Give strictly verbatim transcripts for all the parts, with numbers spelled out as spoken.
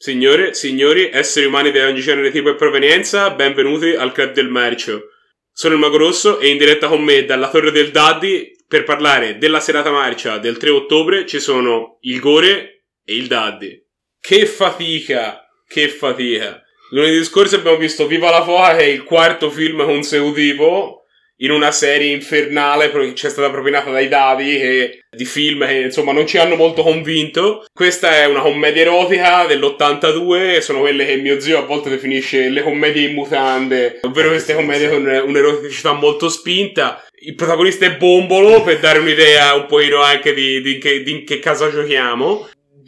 Signore, signori, esseri umani di ogni genere, tipo e provenienza, benvenuti al Club del Marcio. Sono il Mago Rosso e in diretta con me dalla Torre del Daddy per parlare della serata marcia del tre ottobre ci sono il Gore e il Daddy. Che fatica, che fatica. Lunedì scorso abbiamo visto Viva la Foca, che è il quarto film consecutivo in una serie infernale che ci è stata propinata dai Dadi, che, di film che insomma non ci hanno molto convinto. Questa è una commedia erotica dell'ottantadue, sono quelle che mio zio a volte definisce le commedie in mutande, ovvero queste commedie con un'eroticità molto spinta. Il protagonista è Bombolo, per dare un'idea un pochino anche di, di, che, di in che casa giochiamo.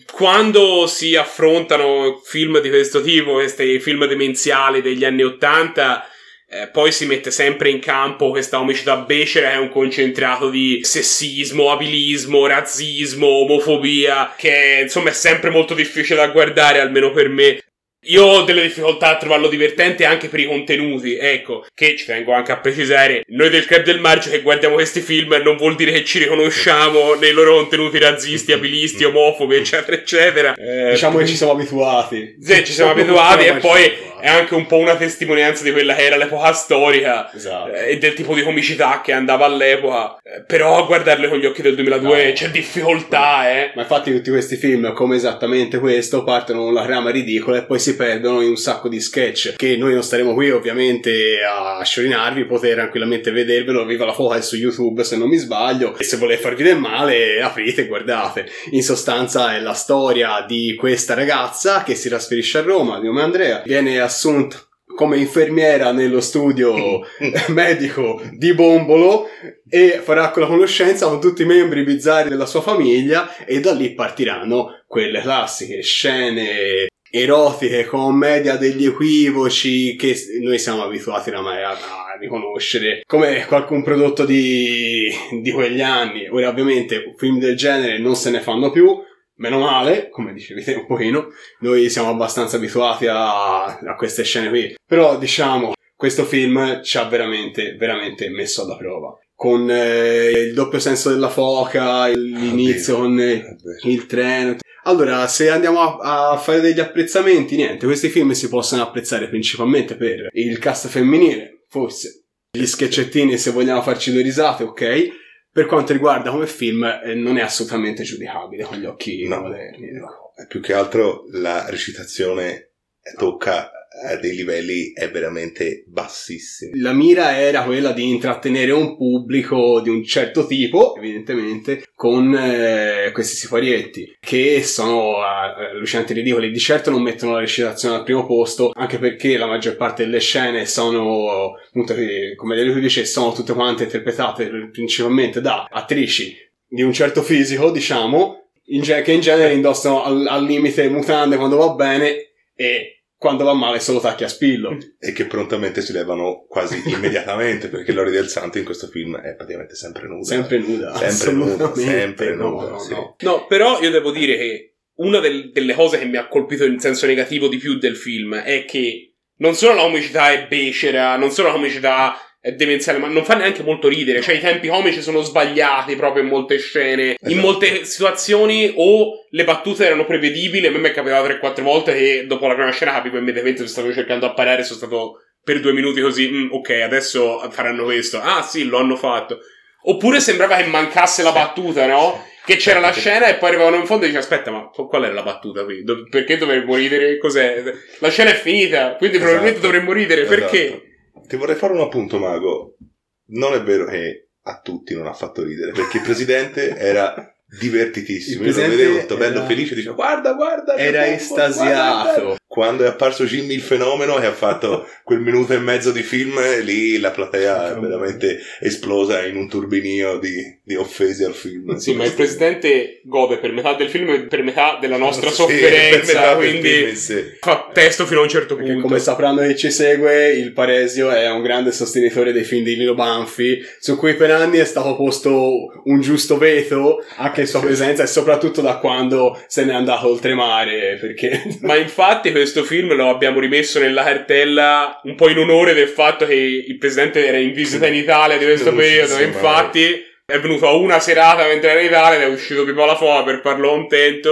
Quando si affrontano film di questo tipo, questi film demenziali degli anni ottanta, eh, poi si mette sempre in campo questa omicida becera, che è un concentrato di sessismo, abilismo, razzismo, omofobia, che insomma è sempre molto difficile da guardare, almeno per me. Io ho delle difficoltà a trovarlo divertente anche per i contenuti, ecco, che ci tengo anche a precisare, noi del Club del Marcio che guardiamo questi film non vuol dire che ci riconosciamo nei loro contenuti razzisti, abilisti, omofobi, eccetera, eccetera. Eh, diciamo che ci siamo abituati. Sì, ci siamo abituati e poi è anche un po' una testimonianza di quella che era l'epoca storica, esatto, eh, e del tipo di comicità che andava all'epoca, eh, però a guardarle con gli occhi del duemiladue no, c'è difficoltà, eh. Ma infatti tutti questi film, come esattamente questo, partono con la trama ridicola e poi si perdono in un sacco di sketch che noi non staremo qui ovviamente a sciorinarvi, potete tranquillamente vedervelo. Viva la Foca su YouTube se non mi sbaglio, e se volete farvi del male aprite e guardate. In sostanza è la storia di questa ragazza che si trasferisce a Roma, di nome Andrea, viene assunta come infermiera nello studio medico di Bombolo e farà con la conoscenza con tutti i membri bizzarri della sua famiglia, e da lì partiranno quelle classiche scene erotiche, commedia degli equivoci che noi siamo abituati oramai a, a riconoscere come qualcun prodotto di, di quegli anni. Ora ovviamente film del genere non se ne fanno più, meno male, come dicevi te un pochino, noi siamo abbastanza abituati a, a queste scene qui, però diciamo questo film ci ha veramente veramente messo alla prova con eh, il doppio senso della foca, l'inizio con eh, il treno. Allora, se andiamo a, a fare degli apprezzamenti, niente, questi film si possono apprezzare principalmente per il cast femminile, forse gli sketchettini se vogliamo farci due risate, ok. Per quanto riguarda come film, eh, non è assolutamente giudicabile con gli occhi no, moderni. No, è più che altro la recitazione tocca a dei livelli è veramente bassissimi. La mira era quella di intrattenere un pubblico di un certo tipo, evidentemente, con eh, questi siparietti che sono eh, allucinanti e ridicoli. Di certo non mettono la recitazione al primo posto, anche perché la maggior parte delle scene sono, appunto, come lui dice, sono tutte quante interpretate principalmente da attrici di un certo fisico, diciamo, in ge- che in genere indossano al, al limite mutande quando va bene e quando va male solo tacchi a spillo, e che prontamente si levano quasi immediatamente, perché Lori del Santo in questo film è praticamente sempre nuda. Sempre nuda. Sempre nuda, sempre no, nuda. No, sì. no. no, però io devo dire che una del, delle cose che mi ha colpito in senso negativo di più del film è che non solo la comicità è becera, non solo la comicità è demenziale, ma non fa neanche molto ridere. Cioè i tempi comici sono sbagliati proprio in molte scene, esatto. In molte situazioni o le battute erano prevedibili. A me mi è capitato tre quattro volte che dopo la prima scena capivo immediatamente che stavo cercando a parare, sono stato per due minuti così, mm, ok, adesso faranno questo, ah sì, lo hanno fatto. Oppure sembrava che mancasse la battuta, no? Che c'era la scena e poi arrivavano in fondo e dice aspetta, ma qual era la battuta qui? Do- perché dovremmo ridere? Cos'è? La scena è finita, quindi esatto. Probabilmente dovremmo ridere, esatto. Perché? Ti vorrei fare un appunto, Mago. Non è vero che a tutti non ha fatto ridere, perché il presidente era divertitissimo. Io lo vedevo tutto bello, era... felice, diceva guarda, guarda. Era estasiato. Guarda. Quando è apparso Jimmy il fenomeno e ha fatto quel minuto e mezzo di film, lì la platea è veramente esplosa in un turbinio di, di offesi al film. Sì, ma il presidente gode per metà del film e per metà della nostra sì, sofferenza, quindi fa testo fino a un certo punto. Perché come sapranno chi ci segue, il Paresio è un grande sostenitore dei film di Lino Banfi, su cui per anni è stato posto un giusto veto anche in sua sì. presenza, e soprattutto da quando se n'è andato oltremare, perché... Ma infatti questo film lo abbiamo rimesso nella cartella un po' in onore del fatto che il presidente era in visita in Italia di questo periodo, e infatti è venuto a una serata mentre era in Italia ed è uscito Pippo la Foca per farlo contento.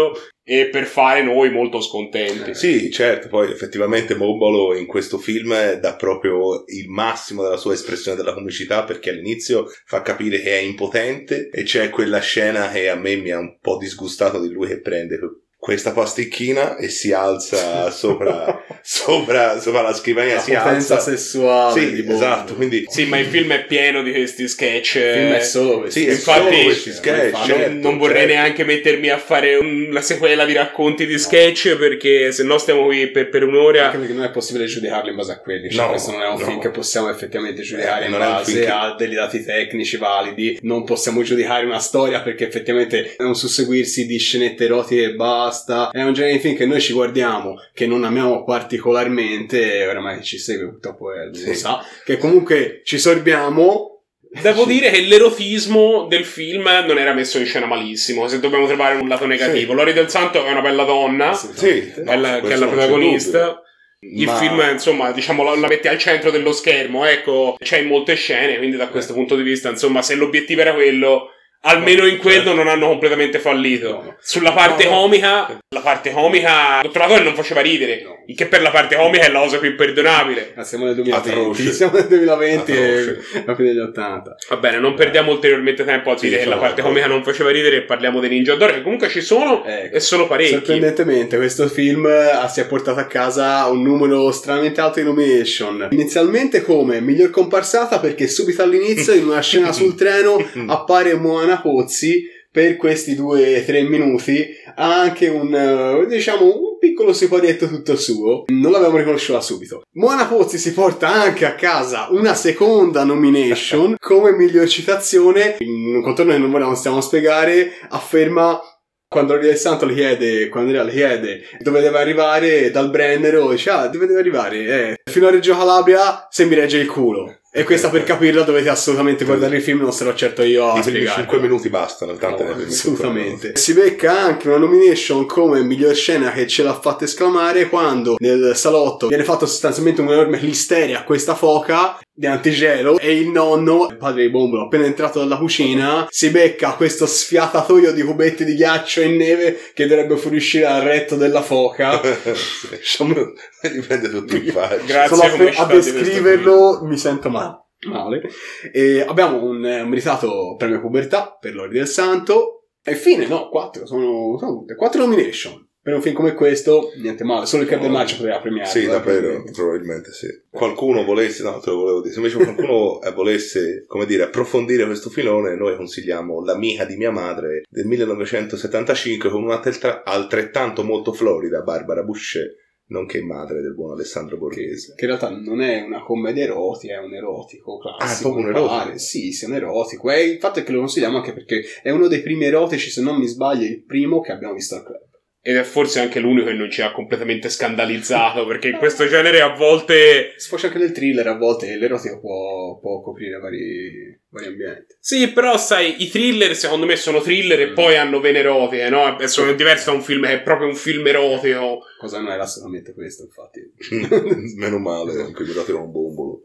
e per fare noi molto scontenti. Sì, certo, poi effettivamente Bombolo in questo film dà proprio il massimo della sua espressione della comicità, perché all'inizio fa capire che è impotente e c'è quella scena che a me mi ha un po' disgustato di lui che prende questa pasticchina e si alza sopra sopra, sopra la scrivania, la si potenza alza sessuale sì, di Bombolo. esatto, quindi sì, ma il film è pieno di questi sketch. Il film è solo questi, sì, è infatti, solo questi sketch, non, certo, non vorrei certo. neanche mettermi a fare una sequela di racconti di sketch, no, perché se no stiamo qui per, per un'ora. Anche perché non è possibile giudicarlo in base a quelli, cioè no, questo non è un no. film che possiamo effettivamente giudicare eh, in non base che... a dei dati tecnici validi, non possiamo giudicare una storia perché effettivamente è un susseguirsi di scenette erotiche e basta, è un genere di film che noi ci guardiamo, che non amiamo particolarmente, oramai chi ci segue purtroppo è, sì. lo sa, che comunque ci sorbiamo. Devo dire che l'erotismo del film non era messo in scena malissimo, se dobbiamo trovare un lato negativo. Sì. Lori del Santo è una bella donna, sì, no, è la, che è la protagonista. Il Ma... film, insomma, diciamo, la, la mette al centro dello schermo, ecco, c'è in molte scene, quindi da questo punto di vista, insomma, se l'obiettivo era quello, almeno in quello certo. non hanno completamente fallito. No, no. Sulla parte no, no. comica, la parte comica, il dottoratore non faceva ridere, No. il che per la parte comica è la cosa più imperdonabile. Ah, siamo nel duemilaventi, Atroce. siamo nel duemilaventi Atroce. e a fine degli ottanta. Va bene, non perdiamo ulteriormente tempo a dire Sì, che la sono parte d'accordo. comica non faceva ridere e parliamo dei Ninja d'Oro, che comunque ci sono Ecco. e sono parecchi. Sorprendentemente questo film eh, si è portato a casa un numero stranamente alto di nomination. Inizialmente come miglior comparsata, perché subito all'inizio in una scena sul treno appare Moana Pozzi per questi due o tre minuti, ha anche un uh, diciamo un piccolo siparietto tutto suo, non l'abbiamo riconosciuta subito. Moana Pozzi si porta anche a casa una seconda nomination come miglior citazione, in un contorno che non vogliamo stiamo a spiegare, afferma quando Lori del Santo le chiede, quando Andrea le chiede dove deve arrivare dal Brennero, dice ah dove deve arrivare? Eh, fino a Reggio Calabria se mi regge il culo. E questa per capirla dovete assolutamente guardare il film, non sarò certo io a I primi spiegare. cinque minuti bastano, tanto No, assolutamente. Si becca anche una nomination come miglior scena che ce l'ha fatta esclamare quando nel salotto viene fatto sostanzialmente un'enorme listeria a questa foca di antigelo e il nonno, il padre di Bombolo, appena entrato dalla cucina, si becca questo sfiatatoio di cubetti di ghiaccio e neve che dovrebbe fuoriuscire dal retto della foca. Diciamo, li prende tutti in faccia. Grazie Solo come a, a descriverlo mi sento male. Male. E abbiamo un, un meritato premio pubertà per Lori del Santo. E fine, no, quattro, sono, sono tutte quattro nomination. Per un film come questo, niente male, solo il Club del Marcio poteva premiare. Sì, davvero, probabilmente sì. Qualcuno volesse, no, te lo volevo dire, se invece qualcuno volesse, come dire, approfondire questo filone, noi consigliamo L'amica di mia madre del millenovecentosettantacinque con una teltra- altrettanto molto florida Barbara Boucher, nonché madre del buon Alessandro Borghese. Che in realtà non è una commedia erotica, è un erotico classico. Ah, è proprio un erotico? Pare. Sì, sì, è un erotico. E il fatto è che lo consigliamo anche perché è uno dei primi erotici, se non mi sbaglio, il primo che abbiamo visto al club. Ed è forse anche l'unico che non ci ha completamente scandalizzato, perché in questo genere a volte... Sfocia anche nel thriller, a volte l'erotico può, può coprire vari, vari ambienti. Sì, però sai, i thriller secondo me sono thriller e Mm. poi hanno vene erotiche, no? E sono diversi da un film che è proprio un film erotico. Cosa non era assolutamente questo, infatti. Meno male, anche mi date un bombolo.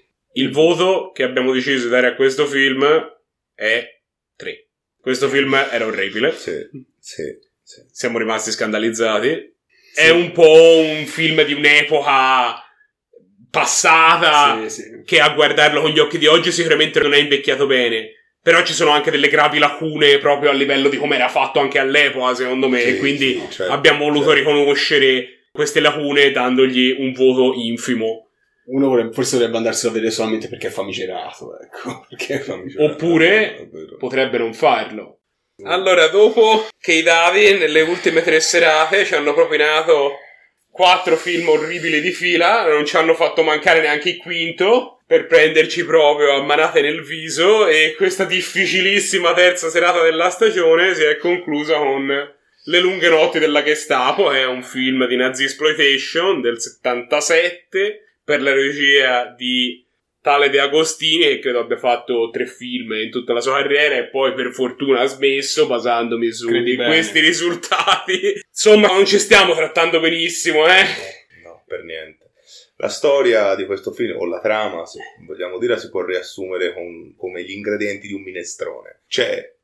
Il voto che abbiamo deciso di dare a questo film è tre. Questo film era orribile. Sì, sì. Sì. Siamo rimasti scandalizzati. Sì. È un po' un film di un'epoca passata, sì, sì. che a guardarlo con gli occhi di oggi sicuramente non è invecchiato bene. Però ci sono anche delle gravi lacune proprio a livello di come era fatto anche all'epoca, secondo me. Sì, e quindi sì, certo, abbiamo voluto certo. riconoscere queste lacune dandogli un voto infimo. Uno vorrebbe, forse dovrebbe andarselo a vedere solamente perché è famigerato, ecco. Perché è famigerato. Oppure potrebbe non farlo. Allora, dopo che i dadi nelle ultime tre serate ci hanno propinato quattro film orribili di fila, non ci hanno fatto mancare neanche il quinto per prenderci proprio a manate nel viso, e questa difficilissima terza serata della stagione si è conclusa con Le lunghe notti della Gestapo. È un film di Nazi Exploitation del settantasette per la regia di Tale De Agostini, che credo abbia fatto tre film in tutta la sua carriera e poi per fortuna ha smesso, basandomi su di questi risultati. Insomma, non ci stiamo trattando benissimo, eh? No, no, per niente. La storia di questo film, o la trama, se vogliamo dire, si può riassumere con, come gli ingredienti di un minestrone. C'è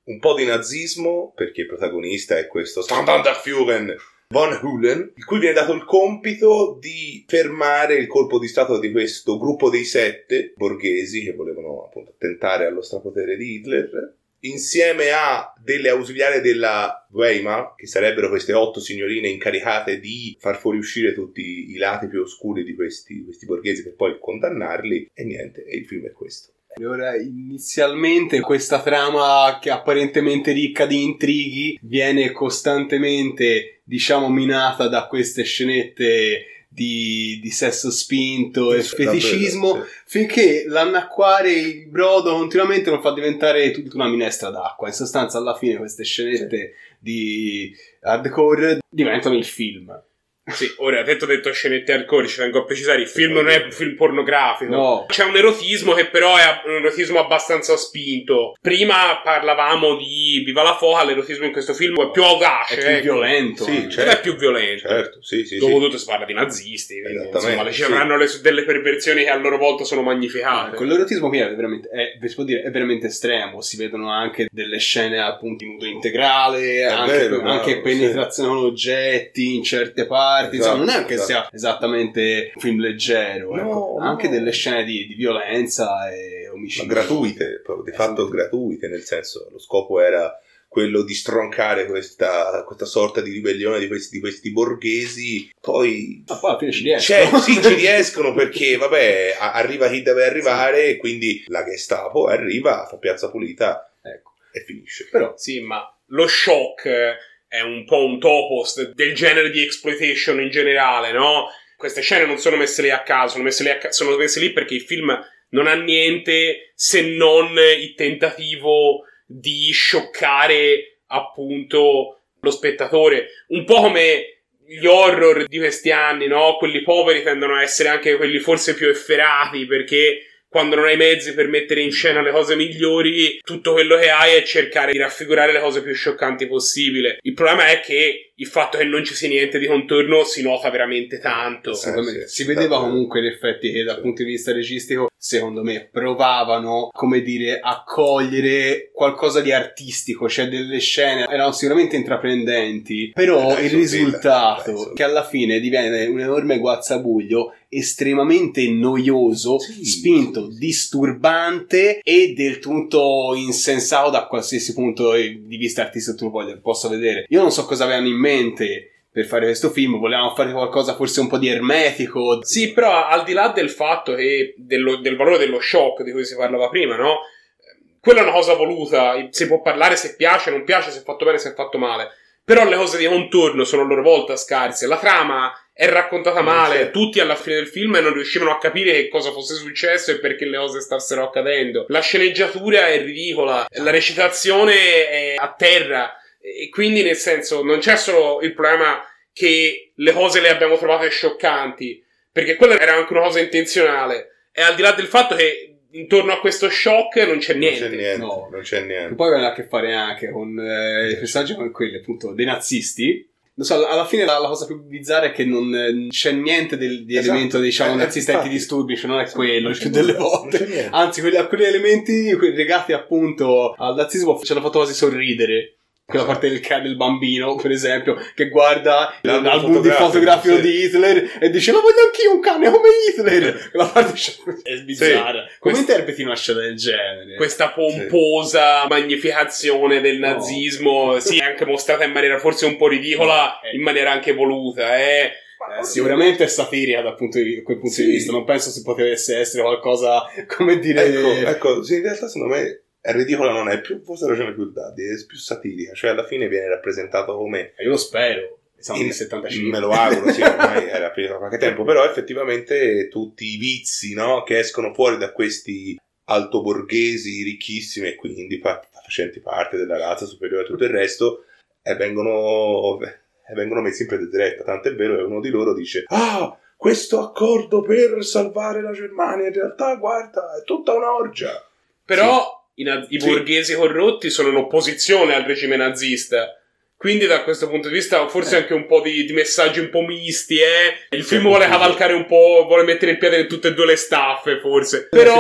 un po' di nazismo, perché il protagonista è questo Standardführer von Hulen, il cui viene dato il compito di fermare il colpo di stato di questo gruppo dei sette borghesi che volevano appunto tentare allo strapotere di Hitler, insieme a delle ausiliarie della Weimar, che sarebbero queste otto signorine incaricate di far fuoriuscire tutti i lati più oscuri di questi, questi borghesi per poi condannarli, e niente, e il film è questo. Ora, inizialmente questa trama che è apparentemente ricca di intrighi viene costantemente, diciamo, minata da queste scenette di, di sesso spinto e feticismo, davvero, sì. Finché l'annacquare il brodo continuamente non fa diventare tutta una minestra d'acqua. In sostanza, alla fine queste scenette sì. di hardcore diventano il film. Sì, ora, detto detto scenette hardcore, ci tengo a precisare, il film non è un film pornografico. No. C'è un erotismo che però è un erotismo abbastanza spinto. Prima parlavamo di Viva la foca, l'erotismo in questo film è più audace. È più ecco. violento. Sì, certo, è più violento. Certo, sì, sì. Dopotutto sì. Si parla di nazisti, quindi, insomma, ci avranno sì. le, delle perversioni che a loro volta sono magnificate. Ecco, l'erotismo qui è veramente, è, si può dire, è veramente estremo. Si vedono anche delle scene appunto in nudo integrale, anche, vero, anche no, penetrazione con oggetti in certe parti. Esatto, insomma, non è che esatto. sia esattamente un film leggero, no, ecco. no. Anche delle scene di, di violenza e omicidio. Ma gratuite, di fatto sì. gratuite, nel senso, lo scopo era quello di stroncare questa, questa sorta di ribellione di questi, di questi borghesi. Poi, ma poi alla fine ci riescono. Cioè, sì, ci riescono perché, vabbè, a- arriva chi deve arrivare, sì. E quindi la Gestapo arriva, fa piazza pulita, ecco, e finisce. Però, sì, ma lo shock è un po' un topos del genere di exploitation in generale, no? Queste scene non sono messe lì a caso, sono messe lì, a ca- sono messe lì perché il film non ha niente se non il tentativo di scioccare appunto lo spettatore, un po' come gli horror di questi anni, no? Quelli poveri tendono a essere anche quelli forse più efferati, perché quando non hai mezzi per mettere in scena le cose migliori, tutto quello che hai è cercare di raffigurare le cose più scioccanti possibile. Il problema è che il fatto che non ci sia niente di contorno si nota veramente tanto. Assolutamente. Eh, sì, si vedeva davvero. comunque in effetti che dal Sì. punto di vista registico, secondo me, provavano, come dire, a cogliere qualcosa di artistico, cioè delle scene erano sicuramente intraprendenti, però Dai, il so risultato bella, dai, so. che alla fine diviene un enorme guazzabuglio estremamente noioso, Sì, spinto, sì, sì. disturbante e del tutto insensato da qualsiasi punto di vista artistico tu voglia, possa vedere. Io non so cosa avevano in mente per fare questo film, volevamo fare qualcosa forse un po' di ermetico. Sì, però al di là del fatto che dello, del valore dello shock di cui si parlava prima, no? Quella è una cosa voluta, si può parlare se piace, non piace, se è fatto bene, se è fatto male. Però le cose di contorno sono a loro volta scarse. La trama è raccontata male, certo. Tutti alla fine del film non riuscivano a capire che cosa fosse successo e perché le cose stassero accadendo. La sceneggiatura è ridicola, la recitazione è a terra, e quindi nel senso non c'è solo il problema che le cose le abbiamo trovate scioccanti, perché quella era anche una cosa intenzionale, e al di là del fatto che intorno a questo shock non c'è niente. Non c'è niente, No. non c'è niente. Che poi aveva a che fare anche con eh, i personaggi come quelli appunto dei nazisti. Non so, alla fine la, la cosa più bizzarra è che non eh, c'è niente del, di Esatto. elemento, diciamo, Eh, nazista che ti infatti. disturbi, cioè non è Sì, quello, non cioè c'è delle niente, non c'è volte. niente. Anzi, quelli, alcuni elementi quelli legati appunto al nazismo ce l'ha fatto quasi sorridere. Quella parte del, del bambino, per esempio, che guarda L'album l'album di fotografico, fotografico sì. di Hitler e dice lo voglio anch'io un cane come Hitler. Quella parte è bizzarra. Sì. Come Quest- interpreti una scena del genere? Questa pomposa magnificazione del No. nazismo, sì, è anche mostrata in maniera forse un po' ridicola, No, eh. in maniera anche voluta, eh. Eh, sicuramente è satirica dal punto di, quel punto Sì. di vista. Non penso si potesse essere qualcosa, come dire... Ecco, ecco, sì, in realtà secondo me è ridicola, non è più, forse ha ragione più Daddy, è più satirica, cioè alla fine viene rappresentato come... Io lo spero. Siamo in- nel settantacinque. Me lo auguro, sì, ormai era finito da qualche tempo, però effettivamente tutti i vizi, no, che escono fuori da questi altoborghesi ricchissimi e quindi pa- facenti parte della razza superiore a tutto il resto, e vengono, e vengono messi in preda diretta, tanto è vero che uno di loro dice ah, questo accordo per salvare la Germania in realtà, guarda, è tutta un'orgia. Però i, naz- i Sì. borghesi corrotti sono in opposizione al regime nazista. Quindi da questo punto di vista forse Eh. anche un po' di, di messaggi un po' misti, eh. Il Sì, film vuole sì. cavalcare un po', vuole mettere il piede in tutte e due le staffe, forse. Però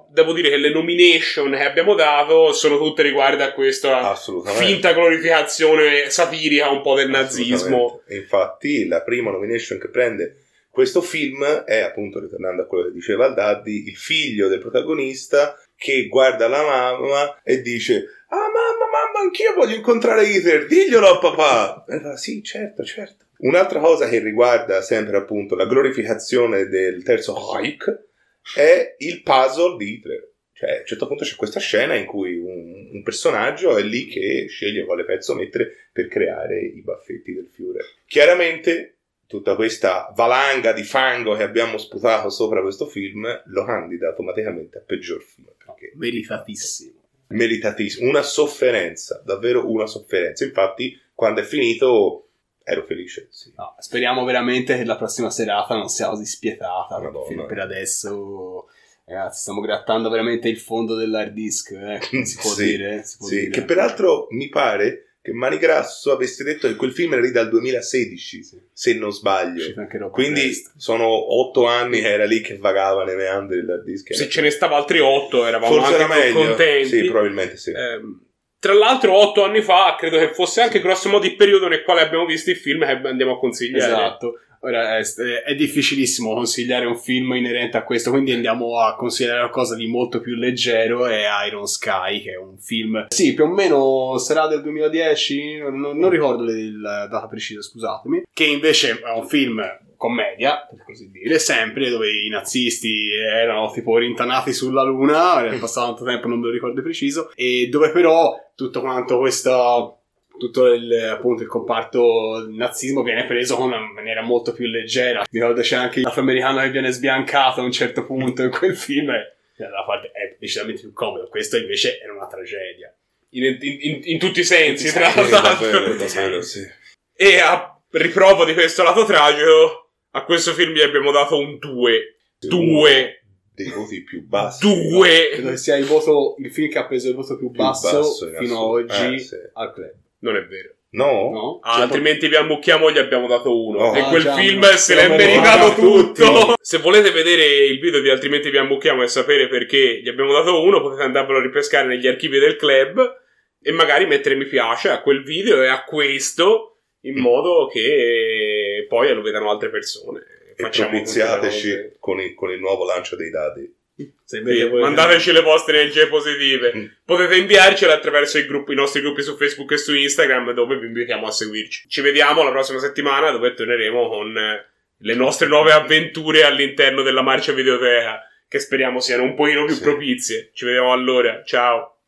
devo dire che le nomination che abbiamo dato sono tutte riguardo a questa finta glorificazione satirica un po' del nazismo. Infatti la prima nomination che prende questo film è, appunto, ritornando a quello che diceva il Daddy, il figlio del protagonista che guarda la mamma e dice: ah mamma, mamma, anch'io voglio incontrare Hitler, diglielo a papà. E fa, sì, certo, certo. Un'altra cosa che riguarda sempre, appunto, la glorificazione del Terzo Reich è il puzzle di Hitler. Cioè, a un certo punto c'è questa scena in cui un, un personaggio è lì che sceglie quale pezzo mettere per creare i baffetti del Führer. Chiaramente tutta questa valanga di fango che abbiamo sputato sopra questo film lo candida automaticamente a peggior film. Perché meritatissimo. Meritatissimo. Una sofferenza, davvero una sofferenza. Infatti, quando è finito ero felice. Sì. No, speriamo veramente che la prossima serata non sia così spietata. Madonna. Per adesso, ragazzi, stiamo grattando veramente il fondo dell'hard disk. Eh? Si può sì, dire. Si può sì. dire. Che peraltro mi pare che Manigrasso avesse detto che quel film era lì dal duemilasedici, sì, se non sbaglio. Quindi presto. Sono otto anni che era lì che vagava nei meandri dell'hard disk. Se ce ne stava altri otto eravamo forse anche era meglio. contenti. Sì, probabilmente sì. Eh, tra l'altro otto anni fa credo che fosse anche grosso modo il periodo nel quale abbiamo visto il film che andiamo a consigliare. Esatto. Ora è, è difficilissimo consigliare un film inerente a questo, quindi andiamo a consigliare qualcosa di molto più leggero. È Iron Sky, che è un film, sì, più o meno sarà del duemiladieci, non, non ricordo la data precisa, scusatemi, che invece è un film commedia, per così dire, sempre, dove i nazisti erano tipo rintanati sulla luna, è passato tanto tempo, non me lo ricordo preciso, e dove però tutto quanto questo tutto il, appunto, il comparto del nazismo viene preso con una maniera molto più leggera. Mi ricordo c'è anche l'afroamericano che viene sbiancato a un certo punto in quel film, e la parte è decisamente più comodo. Questo invece era una tragedia in, in, in, in tutti i sensi, sì, tra l'altro. Davvero, davvero, sì. E a riprova di questo lato tragico, a questo film gli abbiamo dato un due. due dei voti più bassi. due Credo che sia il voto, il film che ha preso il voto più, più basso, basso fino ad oggi eh, sì. al club. Non è vero. No? No? Ah, cioè, altrimenti vi ammucchiamo, gli abbiamo dato uno. Oh, e quel già, film no. se l'è meritato tutto. Se volete vedere il video di Altrimenti vi ammucchiamo e sapere perché gli abbiamo dato uno, potete andarvelo a ripescare negli archivi del club e magari mettere mi piace a quel video e a questo, in modo che poi lo vedano altre persone. E propiziateci con il, con il nuovo lancio dei dadi. Sì, mandateci le vostre energie positive. Mm. Potete inviarcele attraverso i, gruppi, i nostri gruppi su Facebook e su Instagram, dove vi invitiamo a seguirci. Ci vediamo la prossima settimana, dove torneremo con le nostre nuove avventure all'interno della Marcia Videoteca, che speriamo siano un pochino più sì. propizie. Ci vediamo allora, ciao.